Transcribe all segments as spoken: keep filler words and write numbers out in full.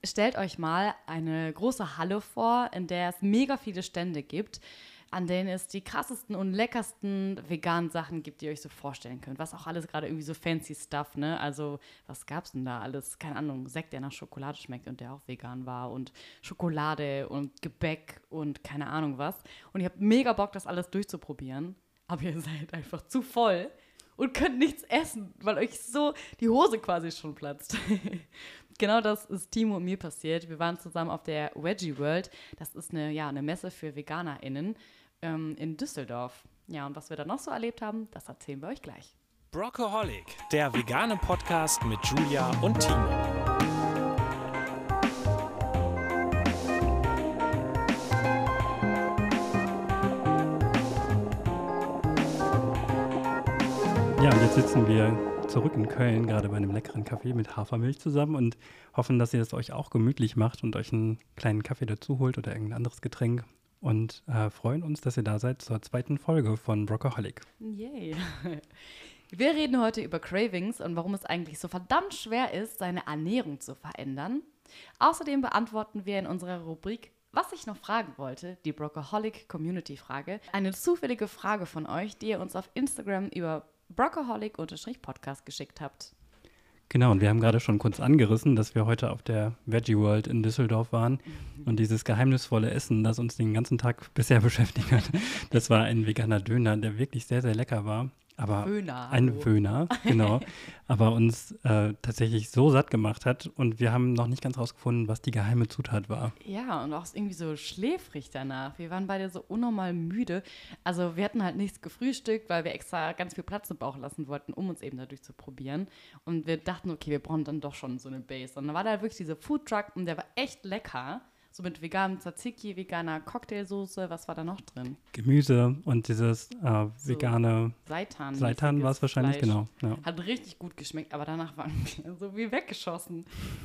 stellt euch mal eine große Halle vor, in der es mega viele Stände gibt, an denen es die krassesten und leckersten veganen Sachen gibt, die ihr euch so vorstellen könnt. Was auch alles gerade irgendwie so fancy Stuff, ne? Also, was gab's denn da alles? Keine Ahnung, Sekt, der nach Schokolade schmeckt und der auch vegan war und Schokolade und Gebäck und keine Ahnung was. Und ihr habt mega Bock, das alles durchzuprobieren, aber ihr seid einfach zu voll und könnt nichts essen, weil euch so die Hose quasi schon platzt. Genau das ist Timo und mir passiert. Wir waren zusammen auf der Veggie World. Das ist eine, ja, eine Messe für VeganerInnen ähm, in Düsseldorf. Ja, und was wir da noch so erlebt haben, das erzählen wir euch gleich. Brocoholic, der vegane Podcast mit Julia und Timo. Ja, und jetzt sitzen wir zurück in Köln, gerade bei einem leckeren Kaffee mit Hafermilch zusammen und hoffen, dass ihr es euch auch gemütlich macht und euch einen kleinen Kaffee dazu holt oder irgendein anderes Getränk. Und äh, freuen uns, dass ihr da seid zur zweiten Folge von Brocoholic. Yay. Wir reden heute über Cravings und warum es eigentlich so verdammt schwer ist, seine Ernährung zu verändern. Außerdem beantworten wir in unserer Rubrik Was ich noch fragen wollte, die Brocoholic Community-Frage, eine zufällige Frage von euch, die ihr uns auf Instagram über Brocoholic-Podcast geschickt habt. Genau, und wir haben gerade schon kurz angerissen, dass wir heute auf der Veggie World in Düsseldorf waren mhm. und dieses geheimnisvolle Essen, das uns den ganzen Tag bisher beschäftigt hat, das war ein veganer Döner, der wirklich sehr, sehr lecker war. Aber Wöhner, ein hallo. Wöhner, genau, aber uns äh, tatsächlich so satt gemacht hat und wir haben noch nicht ganz rausgefunden, was die geheime Zutat war. Ja, und auch irgendwie so schläfrig danach. Wir waren beide so unnormal müde. Also wir hatten halt nichts gefrühstückt, weil wir extra ganz viel Platz im Bauch lassen wollten, um uns eben dadurch zu probieren. Und wir dachten, okay, wir brauchen dann doch schon so eine Base. Und dann war da wirklich dieser Foodtruck und der war echt lecker. So mit veganem Tzatziki, veganer Cocktailsoße, was war da noch drin? Gemüse und dieses äh, vegane so Seitan. Seitan war es wahrscheinlich, Fleisch. Genau. Ja. Hat richtig gut geschmeckt, aber danach waren wir so wie weggeschossen.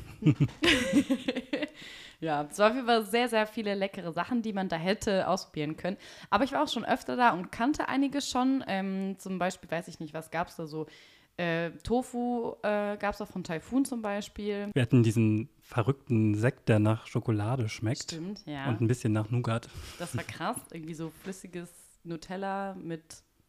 Ja, es war auf jeden Fall sehr, sehr viele leckere Sachen, die man da hätte ausprobieren können. Aber ich war auch schon öfter da und kannte einige schon. Ähm, zum Beispiel, weiß ich nicht, was gab es da so? Äh, Tofu äh, gab es auch von Typhoon zum Beispiel. Wir hatten diesen verrückten Sekt, der nach Schokolade schmeckt. Stimmt, ja. Und ein bisschen nach Nougat. Das war krass. Irgendwie so flüssiges Nutella mit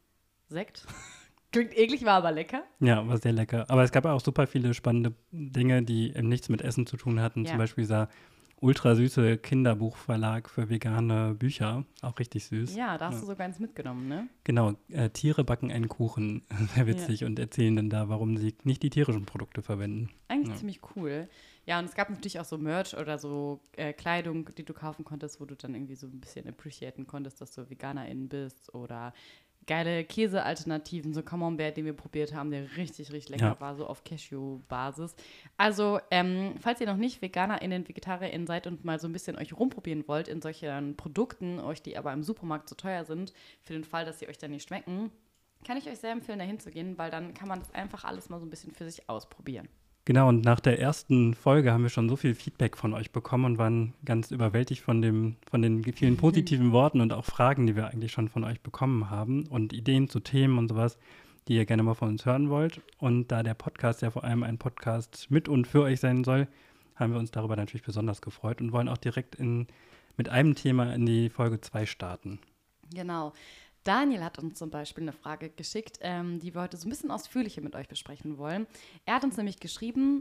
Sekt. Klingt eklig, war aber lecker. Ja, war sehr lecker. Aber es gab auch super viele spannende Dinge, die eben nichts mit Essen zu tun hatten. Ja. Zum Beispiel dieser ultra süße Kinderbuchverlag für vegane Bücher. Auch richtig süß. Ja, da hast ja. du sogar eins mitgenommen, ne? Genau, äh, Tiere backen einen Kuchen. Sehr witzig. Ja. Und erzählen dann da, warum sie nicht die tierischen Produkte verwenden. Eigentlich ja. ziemlich cool. Ja, und es gab natürlich auch so Merch oder so äh, Kleidung, die du kaufen konntest, wo du dann irgendwie so ein bisschen appreciaten konntest, dass du VeganerIn bist oder geile Käsealternativen, so Camembert, den wir probiert haben, der richtig, richtig lecker ja. war, so auf Cashew-Basis. Also, ähm, falls ihr noch nicht VeganerInnen, VegetarierInnen seid und mal so ein bisschen euch rumprobieren wollt in solchen Produkten, euch die aber im Supermarkt zu teuer sind, für den Fall, dass sie euch dann nicht schmecken, kann ich euch sehr empfehlen, da hinzugehen, weil dann kann man das einfach alles mal so ein bisschen für sich ausprobieren. Genau, und nach der ersten Folge haben wir schon so viel Feedback von euch bekommen und waren ganz überwältigt von dem, von den vielen positiven Worten und auch Fragen, die wir eigentlich schon von euch bekommen haben und Ideen zu Themen und sowas, die ihr gerne mal von uns hören wollt. Und da der Podcast ja vor allem ein Podcast mit und für euch sein soll, haben wir uns darüber natürlich besonders gefreut und wollen auch direkt in, mit einem Thema in die Folge zwei starten. Genau. Daniel hat uns zum Beispiel eine Frage geschickt, ähm, die wir heute so ein bisschen ausführlicher mit euch besprechen wollen. Er hat uns nämlich geschrieben,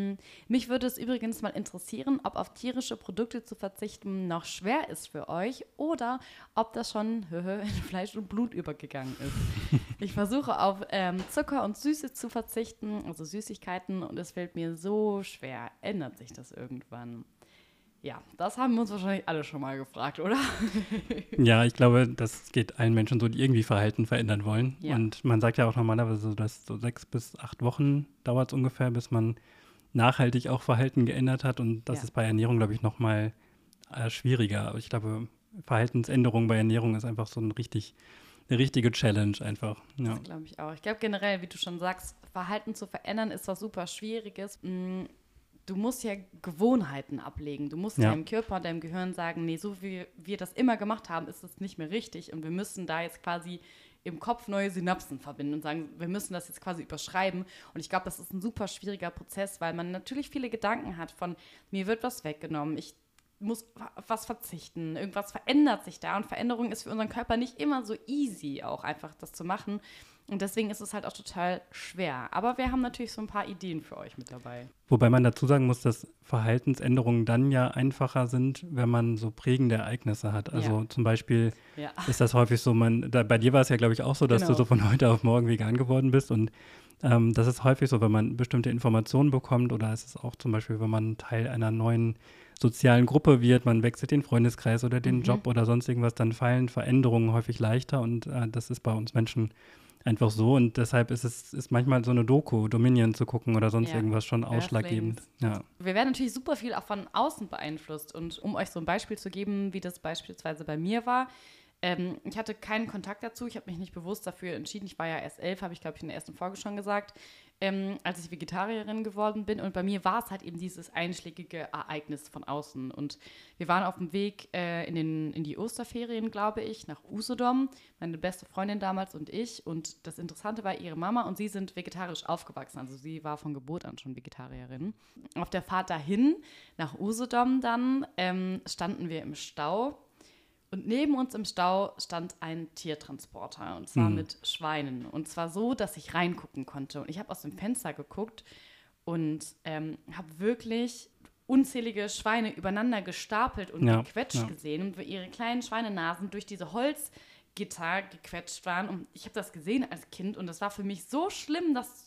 mich würde es übrigens mal interessieren, ob auf tierische Produkte zu verzichten noch schwer ist für euch oder ob das schon in Fleisch und Blut übergegangen ist. Ich versuche auf ähm, Zucker und Süße zu verzichten, also Süßigkeiten, und es fällt mir so schwer. Ändert sich das irgendwann? Ja, das haben wir uns wahrscheinlich alle schon mal gefragt, oder? Ja, ich glaube, das geht allen Menschen so, die irgendwie Verhalten verändern wollen. Ja. Und man sagt ja auch normalerweise, dass so sechs bis acht Wochen dauert es ungefähr, bis man nachhaltig auch Verhalten geändert hat. Und das ja. ist bei Ernährung, glaube ich, noch mal äh, schwieriger. Aber ich glaube, Verhaltensänderung bei Ernährung ist einfach so ein richtig, eine richtige Challenge einfach. Ja. Das glaube ich auch. Ich glaube generell, wie du schon sagst, Verhalten zu verändern ist was super Schwieriges. Mm. Du musst ja Gewohnheiten ablegen. Du musst ja. deinem Körper und deinem Gehirn sagen, nee, so wie wir das immer gemacht haben, ist es nicht mehr richtig. Und wir müssen da jetzt quasi im Kopf neue Synapsen verbinden und sagen, wir müssen das jetzt quasi überschreiben. Und ich glaube, das ist ein super schwieriger Prozess, weil man natürlich viele Gedanken hat von, mir wird was weggenommen, ich muss auf was verzichten, irgendwas verändert sich da. Und Veränderung ist für unseren Körper nicht immer so easy, auch einfach das zu machen. Und deswegen ist es halt auch total schwer. Aber wir haben natürlich so ein paar Ideen für euch mit dabei. Wobei man dazu sagen muss, dass Verhaltensänderungen dann ja einfacher sind, wenn man so prägende Ereignisse hat. Also ja. zum Beispiel ja. ist das häufig so, man, da, bei dir war es ja, glaube ich, auch so, dass genau. du so von heute auf morgen vegan geworden bist. Und ähm, das ist häufig so, wenn man bestimmte Informationen bekommt oder es ist auch zum Beispiel, wenn man Teil einer neuen sozialen Gruppe wird, man wechselt den Freundeskreis oder den mhm. Job oder sonst irgendwas, dann fallen Veränderungen häufig leichter und äh, das ist bei uns Menschen einfach so und deshalb ist es ist manchmal so eine Doku, Dominion zu gucken oder sonst ja. irgendwas schon ausschlaggebend. Ja. Wir werden natürlich super viel auch von außen beeinflusst und um euch so ein Beispiel zu geben, wie das beispielsweise bei mir war, ähm, ich hatte keinen Kontakt dazu, ich habe mich nicht bewusst dafür entschieden, ich war ja erst elf, habe ich glaube ich in der ersten Folge schon gesagt, ähm, als ich Vegetarierin geworden bin und bei mir war es halt eben dieses einschlägige Ereignis von außen und wir waren auf dem Weg äh, in, den, in die Osterferien, glaube ich, nach Usedom, meine beste Freundin damals und ich und das Interessante war, ihre Mama und sie sind vegetarisch aufgewachsen, also sie war von Geburt an schon Vegetarierin. Auf der Fahrt dahin, nach Usedom dann, ähm, standen wir im Stau. Und neben uns im Stau stand ein Tiertransporter, und zwar mhm. mit Schweinen. Und zwar so, dass ich reingucken konnte. Und ich habe aus dem Fenster geguckt und ähm, habe wirklich unzählige Schweine übereinander gestapelt und ja, gequetscht ja. gesehen. Und ihre kleinen Schweinenasen durch diese Holzgitter gequetscht waren. Und ich habe das gesehen als Kind und das war für mich so schlimm, dass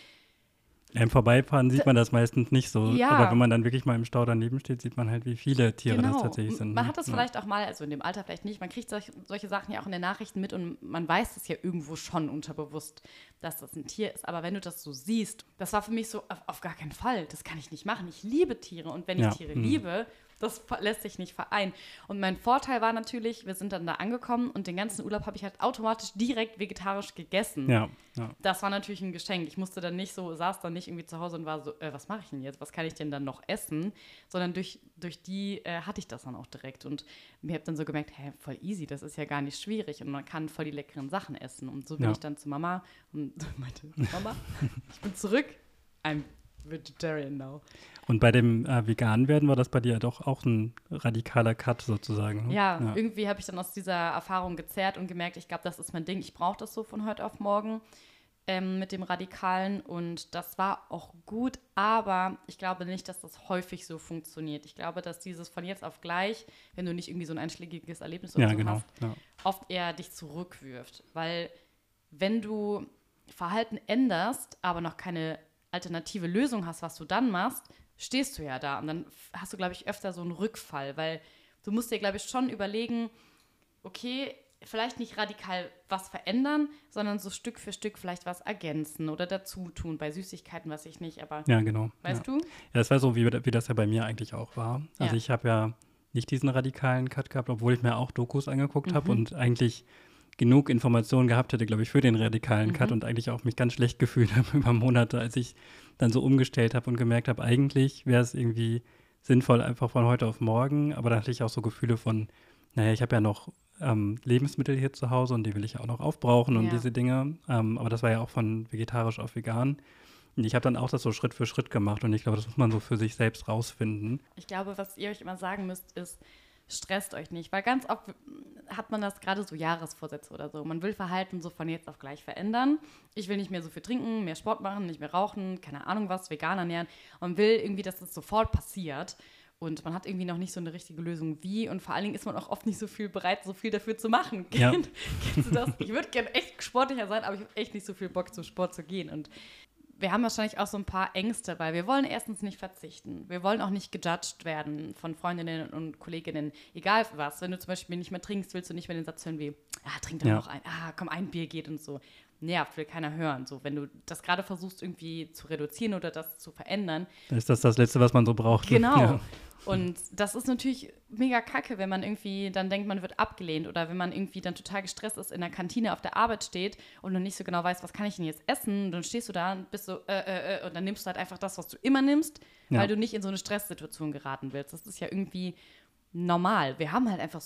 Im Vorbeifahren sieht man das meistens nicht so, ja. aber wenn man dann wirklich mal im Stau daneben steht, sieht man halt, wie viele Tiere genau. das tatsächlich sind. Man hat das ja. vielleicht auch mal, also in dem Alter vielleicht nicht, man kriegt solch, solche Sachen ja auch in den Nachrichten mit und man weiß es ja irgendwo schon unterbewusst, dass das ein Tier ist, aber wenn du das so siehst, das war für mich so, auf, auf gar keinen Fall, das kann ich nicht machen, ich liebe Tiere und wenn ich ja. Tiere mhm. liebe, das lässt sich nicht vereinen. Und mein Vorteil war natürlich, wir sind dann da angekommen und den ganzen Urlaub habe ich halt automatisch direkt vegetarisch gegessen. Ja, ja. Das war natürlich ein Geschenk. Ich musste dann nicht so, saß dann nicht irgendwie zu Hause und war so, äh, was mache ich denn jetzt? Was kann ich denn dann noch essen? Sondern durch, durch die äh, hatte ich das dann auch direkt. Und mir habe dann so gemerkt, hä, voll easy, das ist ja gar nicht schwierig. Und man kann voll die leckeren Sachen essen. Und so bin ja. ich dann zu Mama und meinte, Mama, ich bin zurück. I'm vegetarian now. Und bei dem äh, Vegan-Werden war das bei dir doch auch ein radikaler Cut sozusagen. Ne? Ja, ja, irgendwie habe ich dann aus dieser Erfahrung gezerrt und gemerkt, ich glaube, das ist mein Ding. Ich brauche das so von heute auf morgen ähm, mit dem Radikalen. Und das war auch gut, aber ich glaube nicht, dass das häufig so funktioniert. Ich glaube, dass dieses von jetzt auf gleich, wenn du nicht irgendwie so ein einschlägiges Erlebnis oder ja, so genau. hast, ja. oft eher dich zurückwirft. Weil wenn du Verhalten änderst, aber noch keine alternative Lösung hast, was du dann machst, stehst du ja da und dann hast du, glaube ich, öfter so einen Rückfall, weil du musst dir, glaube ich, schon überlegen, okay, vielleicht nicht radikal was verändern, sondern so Stück für Stück vielleicht was ergänzen oder dazu tun. Bei Süßigkeiten weiß ich nicht, aber ja, genau. weißt ja. du? Ja, das war so, wie, wie das ja bei mir eigentlich auch war. Also ja. ich habe ja nicht diesen radikalen Cut gehabt, obwohl ich mir auch Dokus angeguckt mhm. habe und eigentlich genug Informationen gehabt hätte, glaube ich, für den radikalen Cut mhm. und eigentlich auch mich ganz schlecht gefühlt habe über Monate, als ich dann so umgestellt habe und gemerkt habe, eigentlich wäre es irgendwie sinnvoll, einfach von heute auf morgen, aber dann hatte ich auch so Gefühle von, naja, ich habe ja noch ähm, Lebensmittel hier zu Hause und die will ich ja auch noch aufbrauchen und ja. diese Dinge, ähm, aber das war ja auch von vegetarisch auf vegan. Und ich habe dann auch das so Schritt für Schritt gemacht und ich glaube, das muss man so für sich selbst rausfinden. Ich glaube, was ihr euch immer sagen müsst, ist, stresst euch nicht, weil ganz oft hat man das gerade so Jahresvorsätze oder so. Man will Verhalten so von jetzt auf gleich verändern. Ich will nicht mehr so viel trinken, mehr Sport machen, nicht mehr rauchen, keine Ahnung was, vegan ernähren. Man will irgendwie, dass das sofort passiert. Und man hat irgendwie noch nicht so eine richtige Lösung wie. Und vor allen Dingen ist man auch oft nicht so viel bereit, so viel dafür zu machen. Ja. Kennst du das? Ich würde gerne echt sportlicher sein, aber ich habe echt nicht so viel Bock, zum Sport zu gehen. Und wir haben wahrscheinlich auch so ein paar Ängste, weil wir wollen erstens nicht verzichten. Wir wollen auch nicht gejudged werden von Freundinnen und Kolleginnen, egal was. Wenn du zum Beispiel nicht mehr trinkst, willst du nicht mehr den Satz hören wie, ah, trink doch ja. noch ein, ah, komm, ein Bier geht und so. Nervt, will keiner hören. So, wenn du das gerade versuchst, irgendwie zu reduzieren oder das zu verändern. Dann ist das das Letzte, was man so braucht. Genau. Ja. Und das ist natürlich mega kacke, wenn man irgendwie dann denkt, man wird abgelehnt oder wenn man irgendwie dann total gestresst ist, in der Kantine auf der Arbeit steht und du nicht so genau weißt, was kann ich denn jetzt essen? Und dann stehst du da und bist so, äh, äh, äh, und dann nimmst du halt einfach das, was du immer nimmst, weil ja. du nicht in so eine Stresssituation geraten willst. Das ist ja irgendwie normal. Wir haben halt einfach so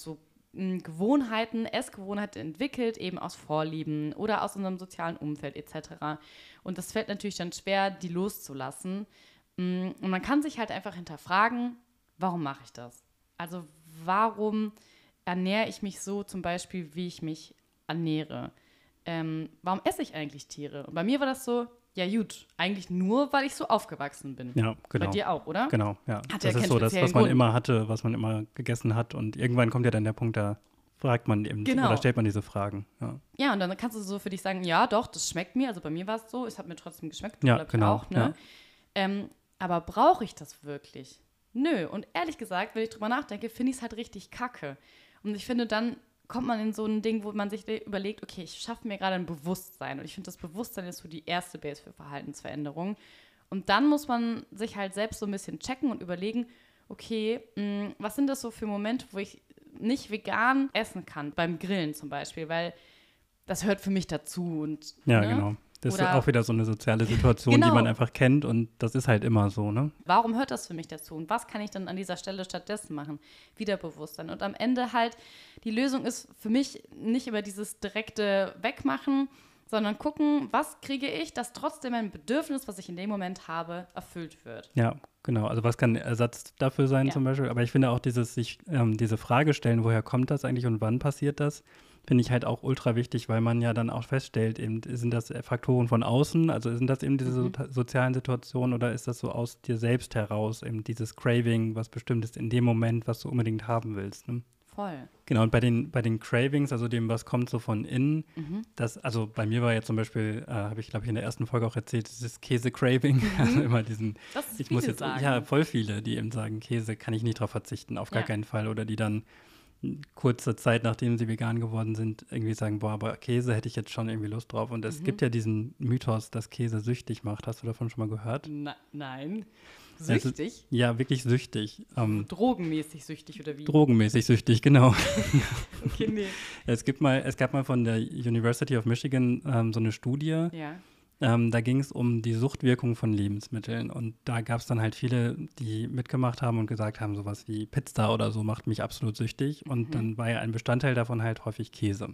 mh, Gewohnheiten, Essgewohnheiten entwickelt, eben aus Vorlieben oder aus unserem sozialen Umfeld et cetera. Und das fällt natürlich dann schwer, die loszulassen. Mh, und man kann sich halt einfach hinterfragen, warum mache ich das? Also warum ernähre ich mich so zum Beispiel, wie ich mich ernähre? Ähm, warum esse ich eigentlich Tiere? Und bei mir war das so, ja gut, eigentlich nur, weil ich so aufgewachsen bin. Ja, genau. Bei dir auch, oder? Genau, ja. Hat das ja ist keinen so das, was speziellen man Grund. immer hatte, was man immer gegessen hat. Und irgendwann kommt ja dann der Punkt, da fragt man eben Genau. oder stellt man diese Fragen. Ja, Ja, und dann kannst du so für dich sagen, ja, doch, das schmeckt mir. Also bei mir war es so, es hat mir trotzdem geschmeckt. Ja, glaub ich genau, Auch, ne? ja. ähm, aber brauche ich das wirklich? Nö. Und ehrlich gesagt, wenn ich drüber nachdenke, finde ich es halt richtig kacke. Und ich finde, dann kommt man in so ein Ding, wo man sich überlegt, okay, ich schaffe mir gerade ein Bewusstsein. Und ich finde, das Bewusstsein ist so die erste Base für Verhaltensveränderung. Und dann muss man sich halt selbst so ein bisschen checken und überlegen, okay, mh, was sind das so für Momente, wo ich nicht vegan essen kann, beim Grillen zum Beispiel, weil das hört für mich dazu. Und, ja ne? genau. Das Oder ist auch wieder so eine soziale Situation, Genau. die man einfach kennt und das ist halt immer so, ne? Warum hört das für mich dazu? Und was kann ich dann an dieser Stelle stattdessen machen? Wiederbewusstsein. Und am Ende halt, die Lösung ist für mich nicht über dieses direkte Wegmachen, sondern gucken, was kriege ich, dass trotzdem mein Bedürfnis, was ich in dem Moment habe, erfüllt wird. Ja, genau. Also was kann Ersatz dafür sein Ja. zum Beispiel? Aber ich finde auch dieses, sich ähm, diese Frage stellen, woher kommt das eigentlich und wann passiert das, finde ich halt auch ultra wichtig, weil man ja dann auch feststellt, eben, sind das Faktoren von außen, also sind das eben diese Mhm. so, sozialen Situationen oder ist das so aus dir selbst heraus, eben dieses Craving, was bestimmt ist in dem Moment, was du unbedingt haben willst, ne? Voll. Genau, und bei den, bei den Cravings, also dem, was kommt so von innen, Mhm. das, also bei mir war jetzt zum Beispiel, äh, habe ich glaube ich in der ersten Folge auch erzählt, dieses Käse-Craving, also immer diesen, Das ist ich viele muss jetzt, sagen. ja, voll viele, die eben sagen, Käse kann ich nicht drauf verzichten, auf gar Ja. keinen Fall, oder die dann kurze Zeit, nachdem sie vegan geworden sind, irgendwie sagen, boah, aber Käse hätte ich jetzt schon irgendwie Lust drauf. Und es Mhm. gibt ja diesen Mythos, dass Käse süchtig macht. Hast du davon schon mal gehört? Na, nein. Es ist- Süchtig? Ja, wirklich süchtig. Ähm, Drogenmäßig süchtig oder wie? drogenmäßig süchtig, genau. Okay, nee. Es gibt mal, es gab mal von der University of Michigan ähm, so eine Studie, Ja. ähm, da ging es um die Suchtwirkung von Lebensmitteln. Und da gab es dann halt viele, die mitgemacht haben und gesagt haben, sowas wie Pizza oder so macht mich absolut süchtig. Und Mhm. dann war ja ein Bestandteil davon halt häufig Käse.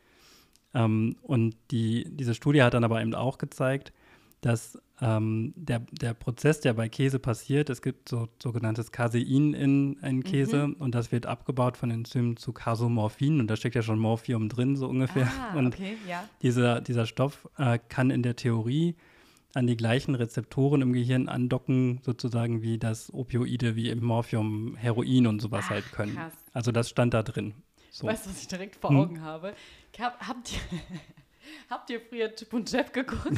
Ähm, und die, diese Studie hat dann aber eben auch gezeigt, dass ähm, der, der Prozess, der bei Käse passiert, es gibt so sogenanntes Casein in, in Käse Mhm. und das wird abgebaut von Enzymen zu Casomorphin und da steckt ja schon Morphium drin, so ungefähr. Ah, und okay, ja. dieser, dieser Stoff äh, kann in der Theorie an die gleichen Rezeptoren im Gehirn andocken, sozusagen wie das Opioide, wie im Morphium, Heroin und sowas Ach, halt können. krass. Also das stand da drin. So. Weißt du, was ich direkt vor Hm. Augen habe? Hab, habt, ihr, habt ihr früher Chip und Chap geguckt?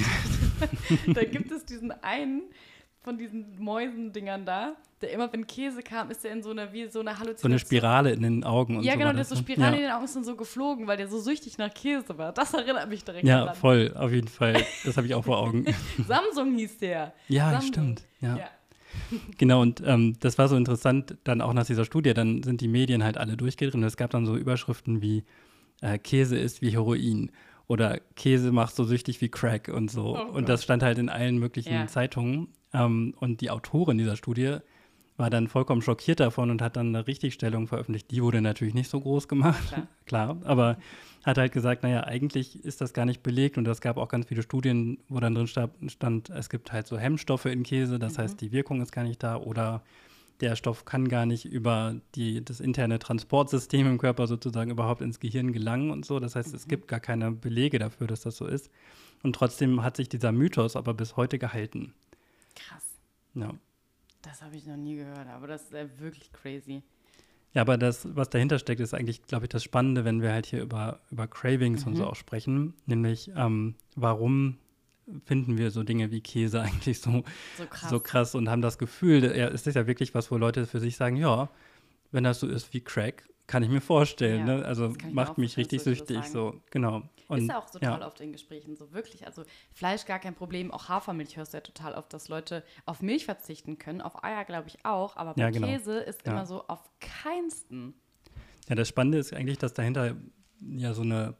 Da gibt es diesen einen von diesen Mäusendingern da, der immer, wenn Käse kam, ist der in so einer, wie so eine Halluzination. So eine Spirale in den Augen und Ja, so. genau, war der das, ist so ne? Spirale in ja. den Augen ist dann so geflogen, weil der so süchtig nach Käse war. Das erinnert mich direkt Ja, daran. voll, auf jeden Fall. Das habe ich auch vor Augen. Samsung hieß der. Ja, Samsung. stimmt. Ja. Ja. Genau, und ähm, das war so interessant, dann auch nach dieser Studie, dann sind die Medien halt alle durchgedreht und es gab dann so Überschriften wie äh, Käse ist wie Heroin oder Käse macht so süchtig wie Crack und so. Oh und das stand halt in allen möglichen Ja. Zeitungen. Ähm, und die Autorin dieser Studie war dann vollkommen schockiert davon und hat dann eine Richtigstellung veröffentlicht. Die wurde natürlich nicht so groß gemacht, Klar. klar, aber hat halt gesagt, naja, eigentlich ist das gar nicht belegt und es gab auch ganz viele Studien, wo dann drin sta- stand, es gibt halt so Hemmstoffe in Käse, das Mhm. heißt, die Wirkung ist gar nicht da oder der Stoff kann gar nicht über die, das interne Transportsystem im Körper sozusagen überhaupt ins Gehirn gelangen und so. Das heißt, es Mhm. gibt gar keine Belege dafür, dass das so ist. Und trotzdem hat sich dieser Mythos aber bis heute gehalten. Krass. Ja. Das habe ich noch nie gehört, aber das ist ja wirklich crazy. Ja, aber das, was dahinter steckt, ist eigentlich, glaube ich, das Spannende, wenn wir halt hier über, über Cravings und so Mhm. auch sprechen. Nämlich, ähm, warum finden wir so Dinge wie Käse eigentlich so, So krass. so krass und haben das Gefühl, ja, es ist ja wirklich was, wo Leute für sich sagen, ja, wenn das so ist wie Crack, kann ich mir vorstellen. Ja, ne? Also das kann ich mir macht auch mich vorstellen, richtig dass Leute das süchtig. So, genau. Und, ist ja auch so ja. toll oft in Gesprächen, so wirklich. Also Fleisch gar kein Problem, auch Hafermilch hörst du ja total oft, dass Leute auf Milch verzichten können, auf Eier glaube ich auch, aber bei Ja, genau. Käse ist Ja. immer so auf keinsten. Ja, das Spannende ist eigentlich, dass dahinter ja so eine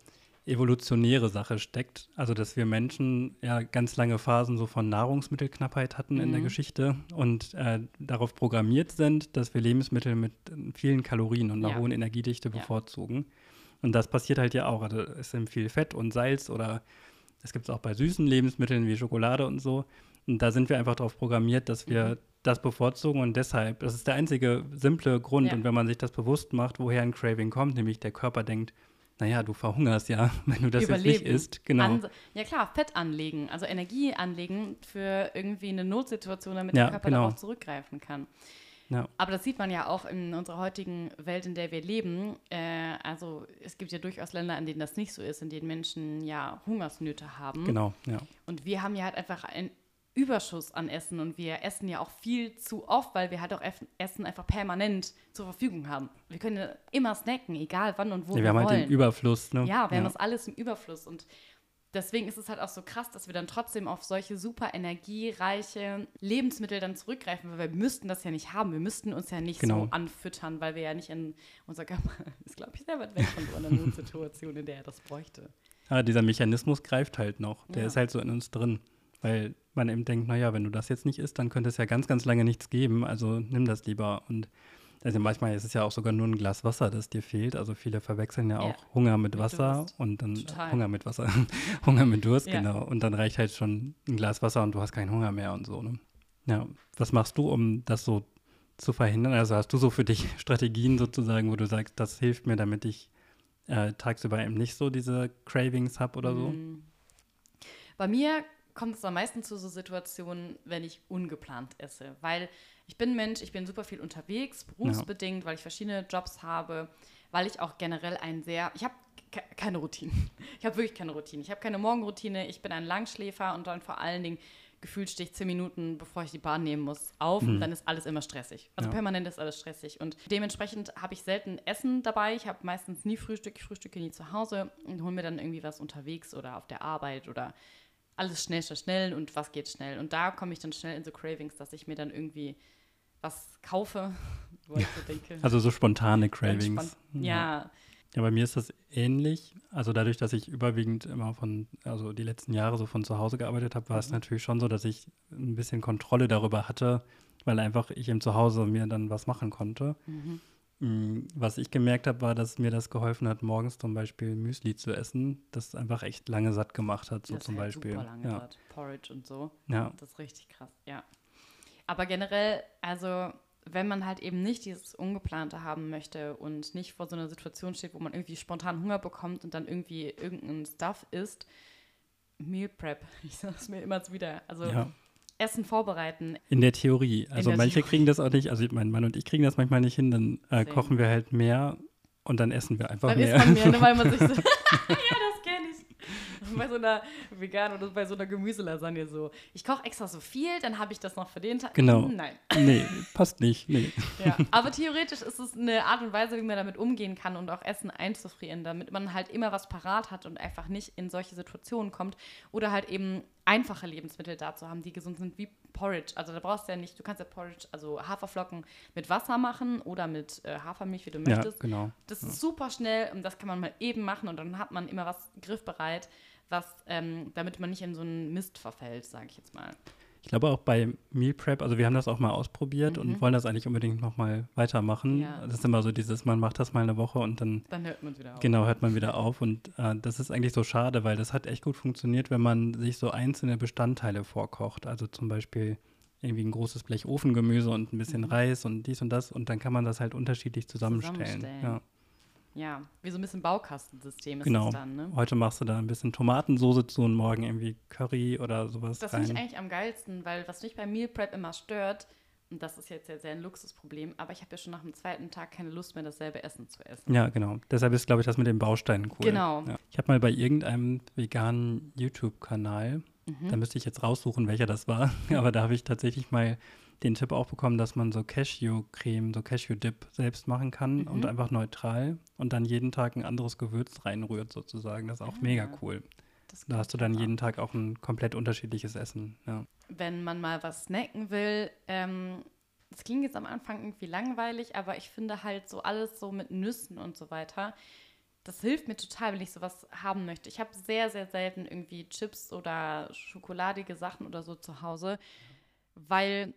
evolutionäre Sache steckt. Also, dass wir Menschen ja ganz lange Phasen so von Nahrungsmittelknappheit hatten Mhm. in der Geschichte und äh, darauf programmiert sind, dass wir Lebensmittel mit äh, vielen Kalorien und einer Ja. hohen Energiedichte Ja. bevorzugen. Und das passiert halt ja auch. Also, es sind viel Fett und Salz oder es gibt es auch bei süßen Lebensmitteln wie Schokolade und so. Und da sind wir einfach darauf programmiert, dass wir Mhm. das bevorzugen und deshalb, das ist der einzige simple Grund. Ja. Und wenn man sich das bewusst macht, woher ein Craving kommt, nämlich der Körper denkt, naja, du verhungerst ja, wenn du das jetzt nicht Überleben. isst. Genau. An, ja klar, Fett anlegen, also Energie anlegen für irgendwie eine Notsituation, damit Ja, der Körper genau. darauf zurückgreifen kann. Ja. Aber das sieht man ja auch in unserer heutigen Welt, in der wir leben. Äh, also es gibt ja durchaus Länder, in denen das nicht so ist, in denen Menschen ja Hungersnöte haben. Genau, ja. Und wir haben ja halt einfach einen Überschuss an Essen und wir essen ja auch viel zu oft, weil wir halt auch Eff- Essen einfach permanent zur Verfügung haben. Wir können ja immer snacken, egal wann und wo ja wir wir haben wollen. halt den Überfluss. Ne? Ja, wir ja. haben das alles im Überfluss und deswegen ist es halt auch so krass, dass wir dann trotzdem auf solche super energiereiche Lebensmittel dann zurückgreifen, weil wir müssten das ja nicht haben. Wir müssten uns ja nicht Genau. so anfüttern, weil wir ja nicht in, unser Körper ist, glaube ich, sehr weit weg von so einer Notsituation, in der er das bräuchte. Aber dieser Mechanismus greift halt noch. Der Ja. ist halt so in uns drin. Weil man eben denkt, naja, wenn du das jetzt nicht isst, dann könnte es ja ganz, ganz lange nichts geben. Also nimm das lieber. Und also manchmal ist es ja auch sogar nur ein Glas Wasser, das dir fehlt. Also viele verwechseln ja Ja. auch Hunger mit, Mit Wasser Durst. und dann Total. äh, Hunger mit Wasser, Hunger mit Durst, Ja. genau. Und dann reicht halt schon ein Glas Wasser und du hast keinen Hunger mehr und so. Ne? Ja, was machst du, um das so zu verhindern? Also hast du so für dich Strategien sozusagen, wo du sagst, das hilft mir, damit ich äh, tagsüber eben nicht so diese Cravings habe oder so? Mm. Bei mir kommt es am meisten zu so Situationen, wenn ich ungeplant esse, weil ich bin Mensch, ich bin super viel unterwegs, berufsbedingt, weil ich verschiedene Jobs habe, weil ich auch generell ein sehr, ich habe ke- keine Routine, ich habe wirklich keine Routine, ich habe keine Morgenroutine, ich bin ein Langschläfer und dann vor allen Dingen gefühlt stehe ich zehn Minuten, bevor ich die Bahn nehmen muss, auf Mhm. und dann ist alles immer stressig. Also Ja. permanent ist alles stressig und dementsprechend habe ich selten Essen dabei. Ich habe meistens nie Frühstück, ich frühstücke nie zu Hause und hole mir dann irgendwie was unterwegs oder auf der Arbeit oder alles schnell, schnell, schnell und was geht schnell. Und da komme ich dann schnell in so Cravings, dass ich mir dann irgendwie was kaufe, wo ich so denke. Also so spontane ganz Cravings. spannend. Ja, Ja, bei mir ist das ähnlich. Also dadurch, dass ich überwiegend immer von, also die letzten Jahre so von zu Hause gearbeitet habe, war es Mhm. natürlich schon so, dass ich ein bisschen Kontrolle darüber hatte, weil einfach ich im Zuhause mir dann was machen konnte. mhm. Mm, Was ich gemerkt habe, war, dass mir das geholfen hat, morgens zum Beispiel Müsli zu essen, das einfach echt lange satt gemacht hat, so Das zum hält Beispiel. super lange Ja. satt. Porridge und so. Ja. Das ist richtig krass, ja. Aber generell, also wenn man halt eben nicht dieses Ungeplante haben möchte und nicht vor so einer Situation steht, wo man irgendwie spontan Hunger bekommt und dann irgendwie irgendein Stuff isst, Meal Prep, ich sage es mir immer wieder. Also ja. Essen vorbereiten. In der Theorie. Also der manche Theorie. kriegen das auch nicht, also mein Mann und ich kriegen das manchmal nicht hin, dann äh, Same. kochen wir halt mehr und dann essen wir einfach Dann mehr. isst man mehr, ne, weil man sich so, ja, das kenne ich. Bei so einer veganen oder bei so einer Gemüselasagne so. Ich koche extra so viel, dann habe ich das noch für den Tag. Genau. Nein. Nee, passt nicht. Nee. Ja, aber theoretisch ist es eine Art und Weise, wie man damit umgehen kann und auch Essen einzufrieren, damit man halt immer was parat hat und einfach nicht in solche Situationen kommt oder halt eben einfache Lebensmittel dazu haben, die gesund sind, wie Porridge. Also da brauchst du ja nicht, du kannst ja Porridge, also Haferflocken mit Wasser machen oder mit äh, Hafermilch, wie du Ja, möchtest. genau. Das ist super schnell und das kann man mal eben machen und dann hat man immer was griffbereit, was, ähm, damit man nicht in so einen Mist verfällt, sage ich jetzt mal. Ich glaube auch bei Meal Prep, also wir haben das auch mal ausprobiert Mhm. und wollen das eigentlich unbedingt nochmal weitermachen. Ja. Das ist immer so dieses, man macht das mal eine Woche und dann Dann hört man es wieder auf. genau hört man wieder auf und äh, das ist eigentlich so schade, weil das hat echt gut funktioniert, wenn man sich so einzelne Bestandteile vorkocht. Also zum Beispiel irgendwie ein großes Blech Ofengemüse und ein bisschen Mhm. Reis und dies und das und dann kann man das halt unterschiedlich zusammenstellen. Zusammenstellen. Ja. Ja, wie so ein bisschen Baukastensystem ist Genau. es dann, ne? Heute machst du da ein bisschen Tomatensoße zu und morgen irgendwie Curry oder sowas Das rein. finde ich eigentlich am geilsten, weil was mich bei Meal Prep immer stört, und das ist jetzt ja sehr ein Luxusproblem, aber ich habe ja schon nach dem zweiten Tag keine Lust mehr, dasselbe Essen zu essen. Ja, genau. Deshalb ist, glaube ich, das mit den Bausteinen cool. Genau. Ja. Ich habe mal bei irgendeinem veganen YouTube-Kanal, Mhm. da müsste ich jetzt raussuchen, welcher das war, aber da habe ich tatsächlich mal den Tipp auch bekommen, dass man so Cashew-Creme, so Cashew-Dip selbst machen kann Mhm. und einfach neutral und dann jeden Tag ein anderes Gewürz reinrührt sozusagen. Das ist auch Ah. mega cool. Das Da hast du klingt dann auch. jeden Tag auch ein komplett unterschiedliches Essen. Ja. Wenn man mal was snacken will, ähm, das klingt jetzt am Anfang irgendwie langweilig, aber ich finde halt so alles so mit Nüssen und so weiter, das hilft mir total, wenn ich sowas haben möchte. Ich habe sehr, sehr selten irgendwie Chips oder schokoladige Sachen oder so zu Hause, weil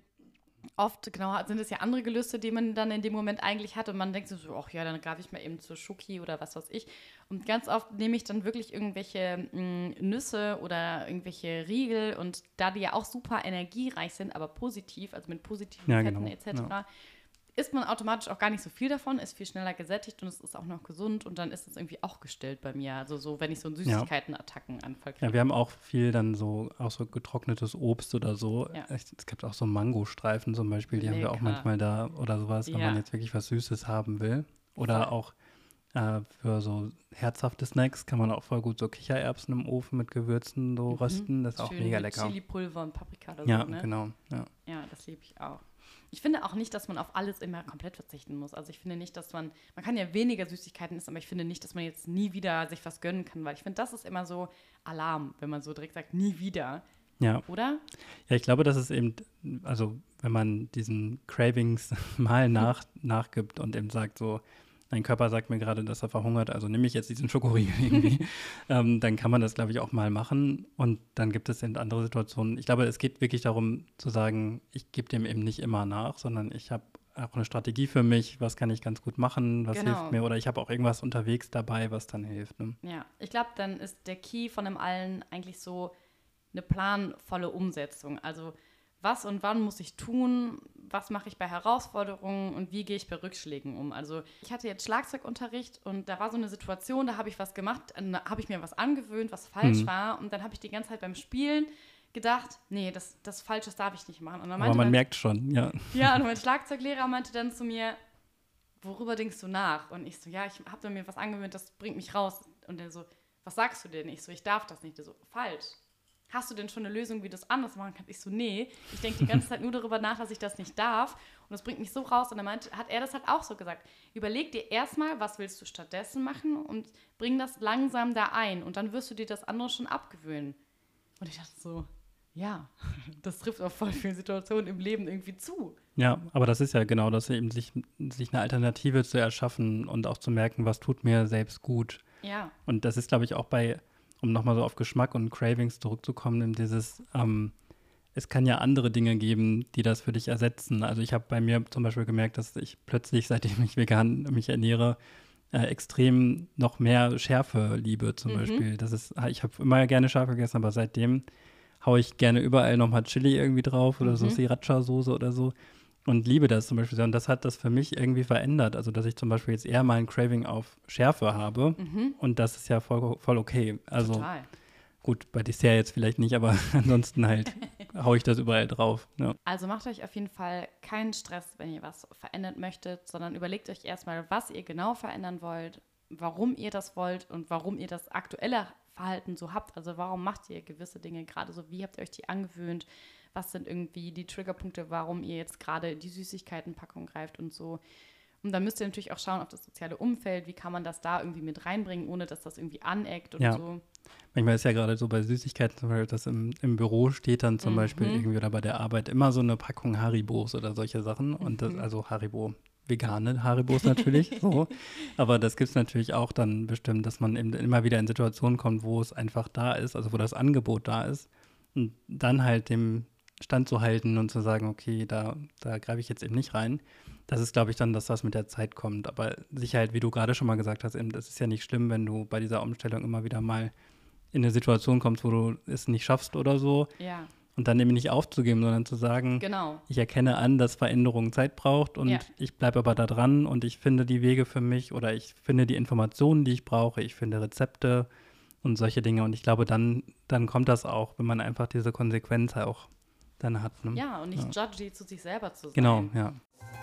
oft, genau, sind es ja andere Gelüste, die man dann in dem Moment eigentlich hat und man denkt so, ach ja, dann greife ich mal eben zur Schoki oder was weiß ich. Und ganz oft nehme ich dann wirklich irgendwelche mh, Nüsse oder irgendwelche Riegel und da die ja auch super energiereich sind, aber positiv, also mit positiven Ja, Fetten genau. et cetera, isst man automatisch auch gar nicht so viel davon, ist viel schneller gesättigt und es ist auch noch gesund und dann ist es irgendwie auch gestillt bei mir. Also so, wenn ich so einen Süßigkeiten-Attacken-Anfall kriege. Ja, wir haben auch viel dann so, auch so getrocknetes Obst oder so. Ja. Es, es gibt auch so Mangostreifen zum Beispiel, die haben wir auch Lecker. manchmal da oder sowas, wenn Ja. man jetzt wirklich was Süßes haben will. Oder Voll. auch äh, für so herzhafte Snacks kann man auch voll gut so Kichererbsen im Ofen mit Gewürzen so rösten. Das ist auch Schön mega mit lecker. Chili-Pulver und Paprika oder Ja, so, ne? genau. Ja. Ja, das liebe ich auch. Ich finde auch nicht, dass man auf alles immer komplett verzichten muss. Also ich finde nicht, dass man, man kann ja weniger Süßigkeiten essen, aber ich finde nicht, dass man jetzt nie wieder sich was gönnen kann, weil ich finde, das ist immer so Alarm, wenn man so direkt sagt, nie wieder, Ja. oder? Ja, ich glaube, das ist eben, also wenn man diesen Cravings mal nach, nachgibt und eben sagt so, mein Körper sagt mir gerade, dass er verhungert, also nehme ich jetzt diesen Schokoriegel irgendwie, ähm, dann kann man das, glaube ich, auch mal machen und dann gibt es eben andere Situationen. Ich glaube, es geht wirklich darum zu sagen, ich gebe dem eben nicht immer nach, sondern ich habe auch eine Strategie für mich, was kann ich ganz gut machen, was Genau. hilft mir oder ich habe auch irgendwas unterwegs dabei, was dann hilft. Ne? Ja, ich glaube, dann ist der Key von dem allen eigentlich so eine planvolle Umsetzung. Also was und wann muss ich tun, was mache ich bei Herausforderungen und wie gehe ich bei Rückschlägen um. Also ich hatte jetzt Schlagzeugunterricht und da war so eine Situation, da habe ich was gemacht, dann habe ich mir was angewöhnt, was falsch Mhm. war und dann habe ich die ganze Zeit beim Spielen gedacht, nee, das, das Falsches darf ich nicht machen. Und dann Aber meinte man mein, merkt schon, ja. ja, und mein Schlagzeuglehrer meinte dann zu mir, worüber denkst du nach? Und ich so, ja, ich habe mir was angewöhnt, das bringt mich raus. Und er so, was sagst du denn? Ich so, ich darf das nicht. Der so, falsch. Hast du denn schon eine Lösung, wie du es anders machen kannst? Ich so, nee, ich denke die ganze Zeit nur darüber nach, dass ich das nicht darf. Und das bringt mich so raus. Und dann meinte, hat er das halt auch so gesagt. Überleg dir erstmal, was willst du stattdessen machen und bring das langsam da ein. Und dann wirst du dir das andere schon abgewöhnen. Und ich dachte so, ja, das trifft auf voll viele Situationen im Leben irgendwie zu. Ja, aber das ist ja genau das, eben sich, sich eine Alternative zu erschaffen und auch zu merken, was tut mir selbst gut. Ja, Und das ist, glaube ich, auch bei, um nochmal so auf Geschmack und Cravings zurückzukommen, in dieses, ähm, es kann ja andere Dinge geben, die das für dich ersetzen. Also ich habe bei mir zum Beispiel gemerkt, dass ich plötzlich, seitdem ich vegan mich ernähre, äh, extrem noch mehr Schärfe liebe zum Mhm. Beispiel. Das ist, ich habe immer gerne scharf gegessen, aber seitdem haue ich gerne überall nochmal Chili irgendwie drauf oder so Mhm. Sriracha-Soße oder so und liebe das zum Beispiel sehr. Und das hat das für mich irgendwie verändert. Also, dass ich zum Beispiel jetzt eher mal ein Craving auf Schärfe habe Mhm. und das ist ja voll, voll okay. Also, total. gut, bei Dessert jetzt vielleicht nicht, aber ansonsten halt haue ich das überall drauf. Ja. Also macht euch auf jeden Fall keinen Stress, wenn ihr was verändern möchtet, sondern überlegt euch erstmal, was ihr genau verändern wollt, warum ihr das wollt und warum ihr das aktuelle Verhalten so habt. Also warum macht ihr gewisse Dinge gerade so? Wie habt ihr euch die angewöhnt? Was sind irgendwie die Triggerpunkte, warum ihr jetzt gerade in die Süßigkeitenpackung greift und so? Und dann müsst ihr natürlich auch schauen auf das soziale Umfeld, wie kann man das da irgendwie mit reinbringen, ohne dass das irgendwie aneckt und Ja. so. Manchmal ist ja gerade so bei Süßigkeiten zum Beispiel, dass im, im Büro steht dann zum Mhm. Beispiel irgendwie oder bei der Arbeit immer so eine Packung Haribos oder solche Sachen. Und das, Mhm. also Haribo, vegane Haribos natürlich, so. Aber das gibt es natürlich auch dann bestimmt, dass man eben immer wieder in Situationen kommt, wo es einfach da ist, also wo das Angebot da ist. Und dann halt dem Stand zu halten und zu sagen, okay, da, da greife ich jetzt eben nicht rein. Das ist, glaube ich, dann, dass das mit der Zeit kommt. Aber Sicherheit, wie du gerade schon mal gesagt hast, eben, das ist ja nicht schlimm, wenn du bei dieser Umstellung immer wieder mal in eine Situation kommst, wo du es nicht schaffst oder so. Ja, Und dann eben nicht aufzugeben, sondern zu sagen, genau. ich erkenne an, dass Veränderung Zeit braucht und Ja. ich bleibe aber da dran und ich finde die Wege für mich oder ich finde die Informationen, die ich brauche, ich finde Rezepte und solche Dinge. Und ich glaube, dann, dann kommt das auch, wenn man einfach diese Konsequenz auch dann hat. Ne? Ja, und nicht judgy zu sich selber zu sein. Genau, ja.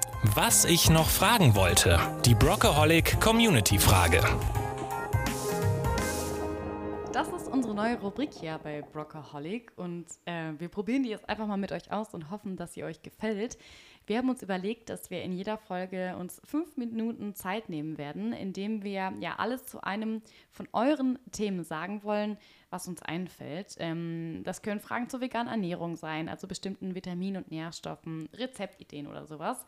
Was ich noch fragen wollte. Die Brockaholic Community-Frage. Das ist unsere neue Rubrik hier bei Brockaholic und äh, wir probieren die jetzt einfach mal mit euch aus und hoffen, dass sie euch gefällt. Wir haben uns überlegt, dass wir in jeder Folge uns fünf Minuten Zeit nehmen werden, indem wir ja alles zu einem von euren Themen sagen wollen, was uns einfällt. Ähm, das können Fragen zur veganen Ernährung sein, also bestimmten Vitaminen und Nährstoffen, Rezeptideen oder sowas.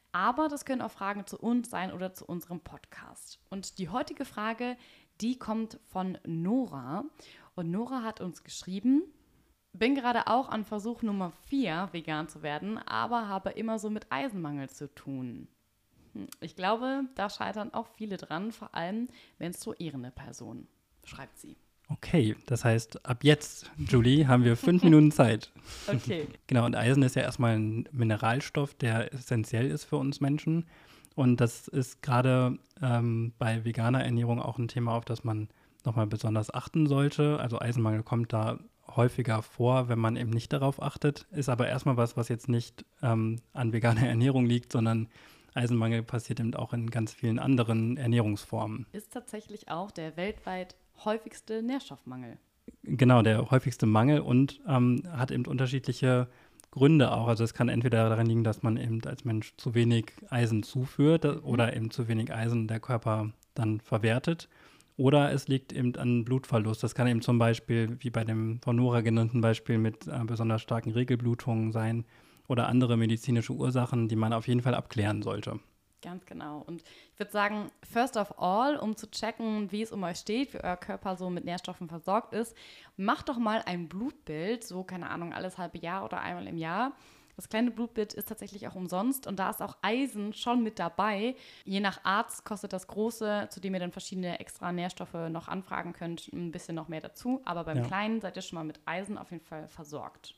Aber das können auch Fragen zu uns sein oder zu unserem Podcast. Und die heutige Frage, die kommt von Nora. Und Nora hat uns geschrieben: Bin gerade auch an Versuch Nummer vier, vegan zu werden, aber habe immer so mit Eisenmangel zu tun. Ich glaube, da scheitern auch viele dran, vor allem menstruierende Personen, schreibt sie. Okay, das heißt, ab jetzt, Julie, haben wir fünf Minuten Zeit. Okay. Genau, und Eisen ist ja erstmal ein Mineralstoff, der essentiell ist für uns Menschen. Und das ist gerade ähm, bei veganer Ernährung auch ein Thema, auf das man nochmal besonders achten sollte. Also Eisenmangel kommt da häufiger vor, wenn man eben nicht darauf achtet. Ist aber erstmal was, was jetzt nicht ähm, an veganer Ernährung liegt, sondern Eisenmangel passiert eben auch in ganz vielen anderen Ernährungsformen. Ist tatsächlich auch der weltweit häufigste Nährstoffmangel. Genau, der häufigste Mangel und ähm, hat eben unterschiedliche Gründe auch. Also es kann entweder daran liegen, dass man eben als Mensch zu wenig Eisen zuführt mhm. oder eben zu wenig Eisen der Körper dann verwertet. Oder es liegt eben an Blutverlust. Das kann eben zum Beispiel, wie bei dem von Nora genannten Beispiel, mit äh, besonders starken Regelblutungen sein oder andere medizinische Ursachen, die man auf jeden Fall abklären sollte. Ganz genau. Und ich würde sagen, first of all, um zu checken, wie es um euch steht, wie euer Körper so mit Nährstoffen versorgt ist, macht doch mal ein Blutbild, so, keine Ahnung, alles halbe Jahr oder einmal im Jahr. Das kleine Blutbild ist tatsächlich auch umsonst und da ist auch Eisen schon mit dabei. Je nach Arzt kostet das große, zu dem ihr dann verschiedene extra Nährstoffe noch anfragen könnt, ein bisschen noch mehr dazu. Aber beim ja. kleinen seid ihr schon mal mit Eisen auf jeden Fall versorgt.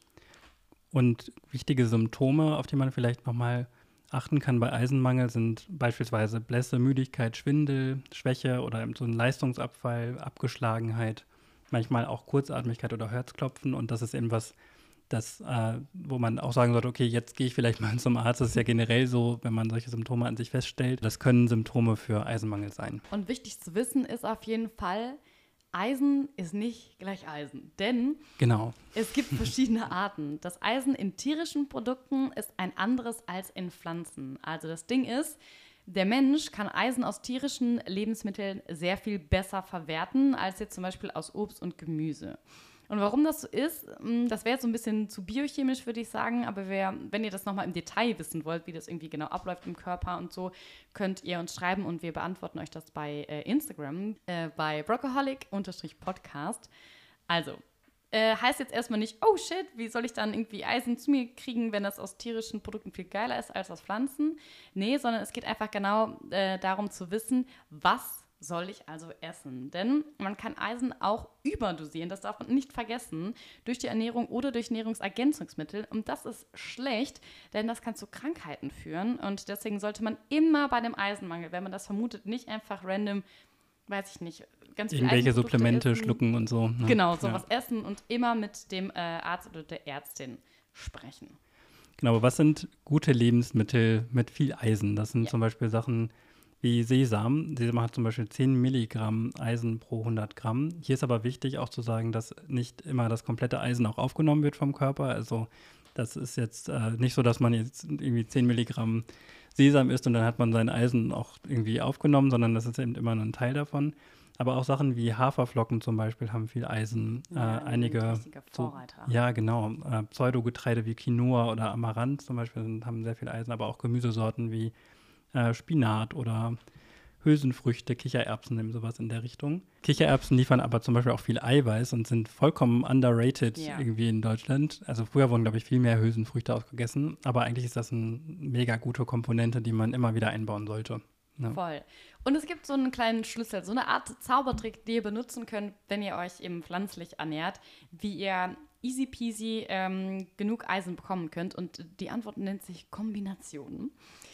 Und wichtige Symptome, auf die man vielleicht nochmal achten kann bei Eisenmangel, sind beispielsweise Blässe, Müdigkeit, Schwindel, Schwäche oder so ein Leistungsabfall, Abgeschlagenheit, manchmal auch Kurzatmigkeit oder Herzklopfen. Und das ist eben was, das, äh, wo man auch sagen sollte, okay, jetzt gehe ich vielleicht mal zum Arzt. Das ist ja generell so, wenn man solche Symptome an sich feststellt. Das können Symptome für Eisenmangel sein. Und wichtig zu wissen ist auf jeden Fall, Eisen ist nicht gleich Eisen, denn genau. es gibt verschiedene Arten. Das Eisen in tierischen Produkten ist ein anderes als in Pflanzen. Also das Ding ist, der Mensch kann Eisen aus tierischen Lebensmitteln sehr viel besser verwerten als jetzt zum Beispiel aus Obst und Gemüse. Und warum das so ist, das wäre jetzt so ein bisschen zu biochemisch, würde ich sagen, aber wer, wenn ihr das nochmal im Detail wissen wollt, wie das irgendwie genau abläuft im Körper und so, könnt ihr uns schreiben und wir beantworten euch das bei äh, Instagram, äh, bei brocoholic-podcast. Also, äh, heißt jetzt erstmal nicht, oh shit, wie soll ich dann irgendwie Eisen zu mir kriegen, wenn das aus tierischen Produkten viel geiler ist als aus Pflanzen? Nee, sondern es geht einfach genau äh, darum zu wissen, was soll ich also essen? Denn man kann Eisen auch überdosieren, das darf man nicht vergessen, durch die Ernährung oder durch Nahrungsergänzungsmittel. Und das ist schlecht, denn das kann zu Krankheiten führen. Und deswegen sollte man immer bei dem Eisenmangel, wenn man das vermutet, nicht einfach random, weiß ich nicht, ganz viel irgendwelche Supplemente essen, schlucken und so. Ne? Genau, sowas ja. essen und immer mit dem äh, Arzt oder der Ärztin sprechen. Genau, was sind gute Lebensmittel mit viel Eisen? Das sind ja. zum Beispiel Sachen wie Sesam. Sesam hat zum Beispiel zehn Milligramm Eisen pro hundert Gramm. Hier ist aber wichtig auch zu sagen, dass nicht immer das komplette Eisen auch aufgenommen wird vom Körper. Also das ist jetzt äh, nicht so, dass man jetzt irgendwie zehn Milligramm Sesam isst und dann hat man sein Eisen auch irgendwie aufgenommen, sondern das ist eben immer nur ein Teil davon. Aber auch Sachen wie Haferflocken zum Beispiel haben viel Eisen. Ja, äh, einige so, ja, genau. Äh, Pseudogetreide wie Quinoa oder Amaranth zum Beispiel sind, haben sehr viel Eisen, aber auch Gemüsesorten wie Äh, Spinat oder Hülsenfrüchte, Kichererbsen, eben sowas in der Richtung. Kichererbsen liefern aber zum Beispiel auch viel Eiweiß und sind vollkommen underrated ja. irgendwie in Deutschland. Also früher wurden, glaube ich, viel mehr Hülsenfrüchte ausgegessen, aber eigentlich ist das eine mega gute Komponente, die man immer wieder einbauen sollte. Ja. Voll. Und es gibt so einen kleinen Schlüssel, so eine Art Zaubertrick, die ihr benutzen könnt, wenn ihr euch eben pflanzlich ernährt, wie ihr easy peasy ähm, genug Eisen bekommen könnt. Und die Antwort nennt sich Kombinationen.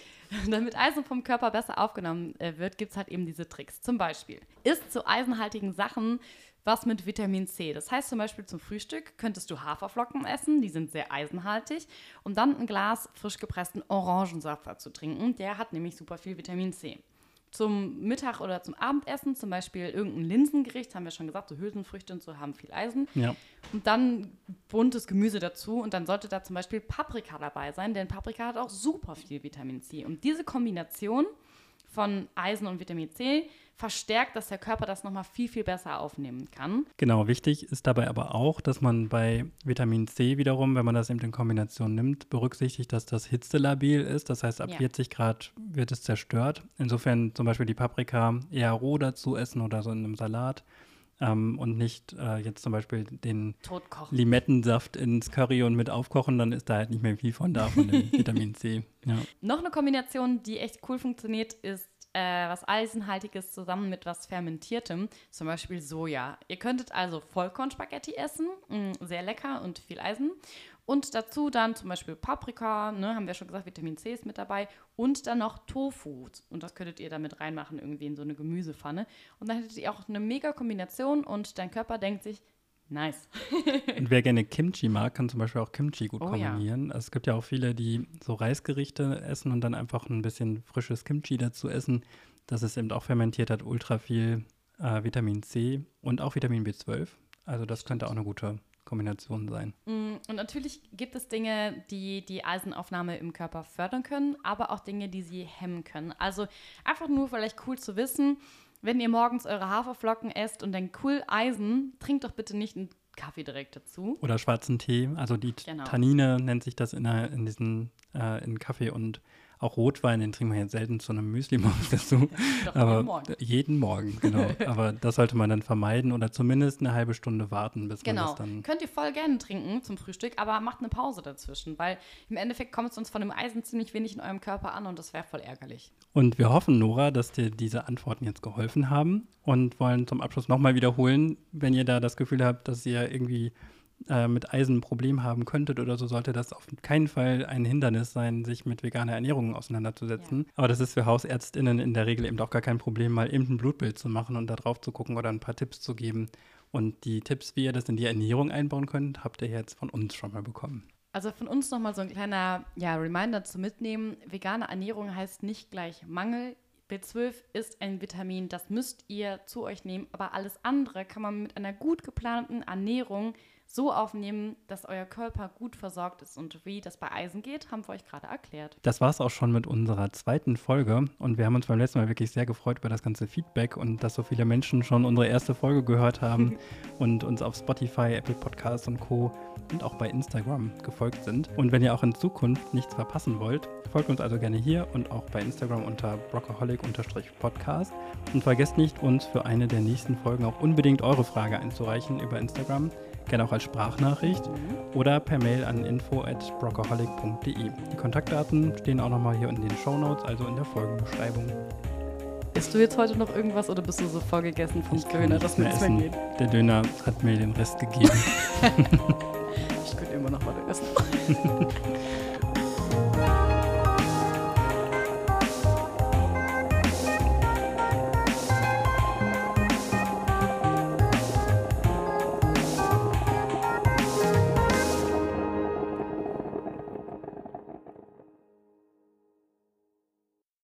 Damit Eisen vom Körper besser aufgenommen äh, wird, gibt es halt eben diese Tricks. Zum Beispiel, isst zu eisenhaltigen Sachen was mit Vitamin C. Das heißt zum Beispiel zum Frühstück könntest du Haferflocken essen, die sind sehr eisenhaltig, um dann ein Glas frisch gepressten Orangensaft dazu trinken. Der hat nämlich super viel Vitamin C. Zum Mittag oder zum Abendessen zum Beispiel irgendein Linsengericht, haben wir schon gesagt, so Hülsenfrüchte und so haben viel Eisen. Ja. Und dann buntes Gemüse dazu und dann sollte da zum Beispiel Paprika dabei sein, denn Paprika hat auch super viel Vitamin C. Und diese Kombination von Eisen und Vitamin C verstärkt, dass der Körper das nochmal viel, viel besser aufnehmen kann. Genau, wichtig ist dabei aber auch, dass man bei Vitamin C wiederum, wenn man das eben in Kombination nimmt, berücksichtigt, dass das hitzelabil ist. Das heißt, ab Ja. vierzig Grad wird es zerstört. Insofern zum Beispiel die Paprika eher roh dazu essen oder so in einem Salat ähm, und nicht äh, jetzt zum Beispiel den Totkochen. Limettensaft ins Curry und mit aufkochen, dann ist da halt nicht mehr viel von da, von dem Vitamin C. Ja. Noch eine Kombination, die echt cool funktioniert, ist äh, was Eisenhaltiges zusammen mit was Fermentiertem, zum Beispiel Soja. Ihr könntet also Vollkornspaghetti essen, mh, sehr lecker und viel Eisen. Und dazu dann zum Beispiel Paprika, ne, haben wir schon gesagt, Vitamin C ist mit dabei. Und dann noch Tofu. Und das könntet ihr damit reinmachen, irgendwie in so eine Gemüsepfanne. Und dann hättet ihr auch eine mega Kombination und dein Körper denkt sich, nice. Und wer gerne Kimchi mag, kann zum Beispiel auch Kimchi gut Oh ja. kombinieren. Also es gibt ja auch viele, die so Reisgerichte essen und dann einfach ein bisschen frisches Kimchi dazu essen. Das ist eben auch fermentiert, hat ultra viel äh, Vitamin C und auch Vitamin B zwölf. Also das könnte auch eine gute Kombination sein. Und natürlich gibt es Dinge, die die Eisenaufnahme im Körper fördern können, aber auch Dinge, die sie hemmen können. Also einfach nur vielleicht cool zu wissen, wenn ihr morgens eure Haferflocken esst und denkt, cool, Eisen, trinkt doch bitte nicht einen Kaffee direkt dazu. Oder schwarzen Tee. Also die Genau. Tannine nennt sich das in, der, in diesen äh, in Kaffee und auch Rotwein, den trinken wir jetzt selten zu einem Müsli morgens dazu. Doch Aber jeden Morgen. jeden Morgen, genau. Aber das sollte man dann vermeiden oder zumindest eine halbe Stunde warten, bis man Genau, das dann. könnt ihr voll gerne trinken zum Frühstück, aber macht eine Pause dazwischen, weil im Endeffekt kommt es uns von dem Eisen ziemlich wenig in eurem Körper an und das wäre voll ärgerlich. Und wir hoffen, Nora, dass dir diese Antworten jetzt geholfen haben und wollen zum Abschluss nochmal wiederholen, wenn ihr da das Gefühl habt, dass ihr irgendwie äh, mit Eisen ein Problem haben könntet oder so, sollte das auf keinen Fall ein Hindernis sein, sich mit veganer Ernährung auseinanderzusetzen. Ja. Aber das ist für HausärztInnen in der Regel eben auch gar kein Problem, mal eben ein Blutbild zu machen und da drauf zu gucken oder ein paar Tipps zu geben. Und die Tipps, wie ihr das in die Ernährung einbauen könnt, habt ihr jetzt von uns schon mal bekommen. Also von uns nochmal so ein kleiner ja, Reminder zu mitnehmen. Vegane Ernährung heißt nicht gleich Mangel. B zwölf ist ein Vitamin, das müsst ihr zu euch nehmen, aber alles andere kann man mit einer gut geplanten Ernährung so aufnehmen, dass euer Körper gut versorgt ist. Und wie das bei Eisen geht, haben wir euch gerade erklärt. Das war es auch schon mit unserer zweiten Folge und wir haben uns beim letzten Mal wirklich sehr gefreut über das ganze Feedback und dass so viele Menschen schon unsere erste Folge gehört haben und uns auf Spotify, Apple Podcasts und Co. und auch bei Instagram gefolgt sind. Und wenn ihr auch in Zukunft nichts verpassen wollt, folgt uns also gerne hier und auch bei Instagram unter brockaholic-podcast und vergesst nicht, uns für eine der nächsten Folgen auch unbedingt eure Frage einzureichen über Instagram. Gerne auch als Sprachnachricht oder per Mail an info at brockaholic punkt de. Die Kontaktdaten stehen auch nochmal hier in den Shownotes, also in der Folgenbeschreibung. Isst du jetzt heute noch irgendwas oder bist du so vollgegessen vom Ich kann Döner, nichts dass mehr nichts essen. mehr geht? Der Döner hat mir den Rest gegeben. Ich könnte immer noch was essen.